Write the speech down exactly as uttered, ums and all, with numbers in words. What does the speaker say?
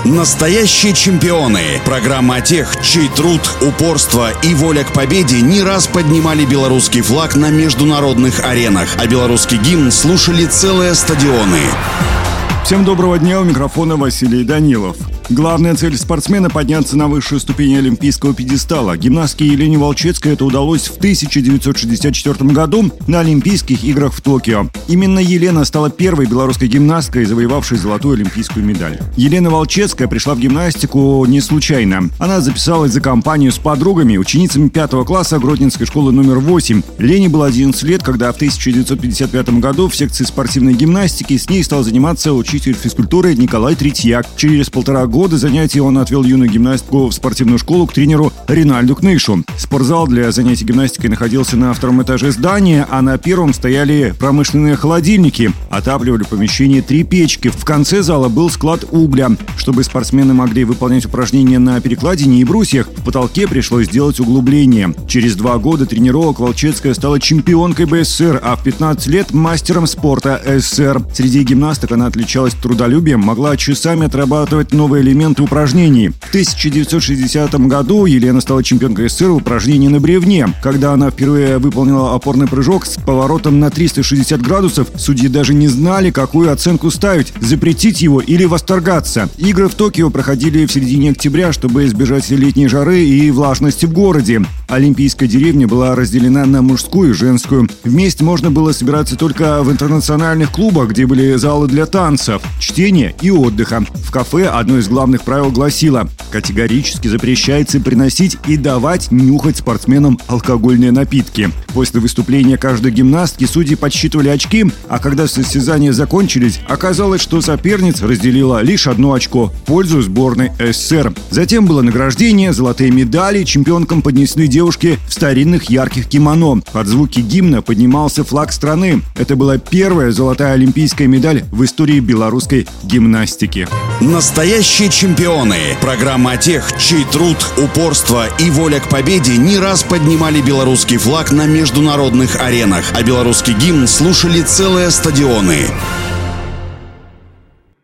Настоящие чемпионы. Программа о тех, чей труд, упорство и воля к победе не раз поднимали белорусский флаг на международных аренах, а белорусский гимн слушали целые стадионы. Всем доброго дня, у микрофона Василий Данилов. Главная цель спортсмена – подняться на высшую ступень олимпийского пьедестала. Гимнастке Елене Волчецкой это удалось в тысяча девятьсот шестьдесят четвёртом году на Олимпийских играх в Токио. Именно Елена стала первой белорусской гимнасткой, завоевавшей золотую олимпийскую медаль. Елена Волчецкая пришла в гимнастику не случайно. Она записалась за компанию с подругами, ученицами пятого класса Гродненской школы номер восемь. Лене было одиннадцать лет, когда в тысяча девятьсот пятьдесят пятом году в секции спортивной гимнастики с ней стал заниматься учитель физкультуры Николай Третьяк. Через полтора года годы занятий он отвел юную гимнастку в спортивную школу к тренеру Ринальду Кнышу. Спортзал для занятий гимнастикой находился на втором этаже здания, а на первом стояли промышленные холодильники. Отапливали помещение три печки. В конце зала был склад угля. Чтобы спортсмены могли выполнять упражнения на перекладине и брусьях, в потолке пришлось сделать углубление. Через два года тренировок Волчецкая стала чемпионкой Бэ Эс Эс Эс Эр, а в пятнадцать лет мастером спорта Эс Эс Эс Эр. Среди гимнасток она отличалась трудолюбием, могла часами отрабатывать новые элементы упражнений. В тысяча девятьсот шестидесятом году Елена стала чемпионкой Эс Эс Эс Эр в упражнении на бревне. Когда она впервые выполнила опорный прыжок с поворотом на триста шестьдесят градусов, судьи даже не знали, какую оценку ставить – запретить его или восторгаться. Игры в Токио проходили в середине октября, чтобы избежать летней жары и влажности в городе. Олимпийская деревня была разделена на мужскую и женскую. Вместе можно было собираться только в интернациональных клубах, где были залы для танцев, чтения и отдыха. В кафе одно из главных правил гласило: категорически запрещается приносить и давать нюхать спортсменам алкогольные напитки. После выступления каждой гимнастки судьи подсчитывали очки, а когда состязания закончились, оказалось, что соперница разделила лишь одно очко в пользу сборной Эс Эс Эс Эр. Затем было награждение, золотые медали, чемпионкам поднесли девушки в старинных ярких кимоно. Под звуки гимна поднимался флаг страны. Это была первая золотая олимпийская медаль в истории белорусской гимнастики. Настоящие чемпионы. Программа о тех, чей труд, упорство и воля к победе не раз поднимали белорусский флаг на международных аренах, а белорусский гимн слушали целые стадионы.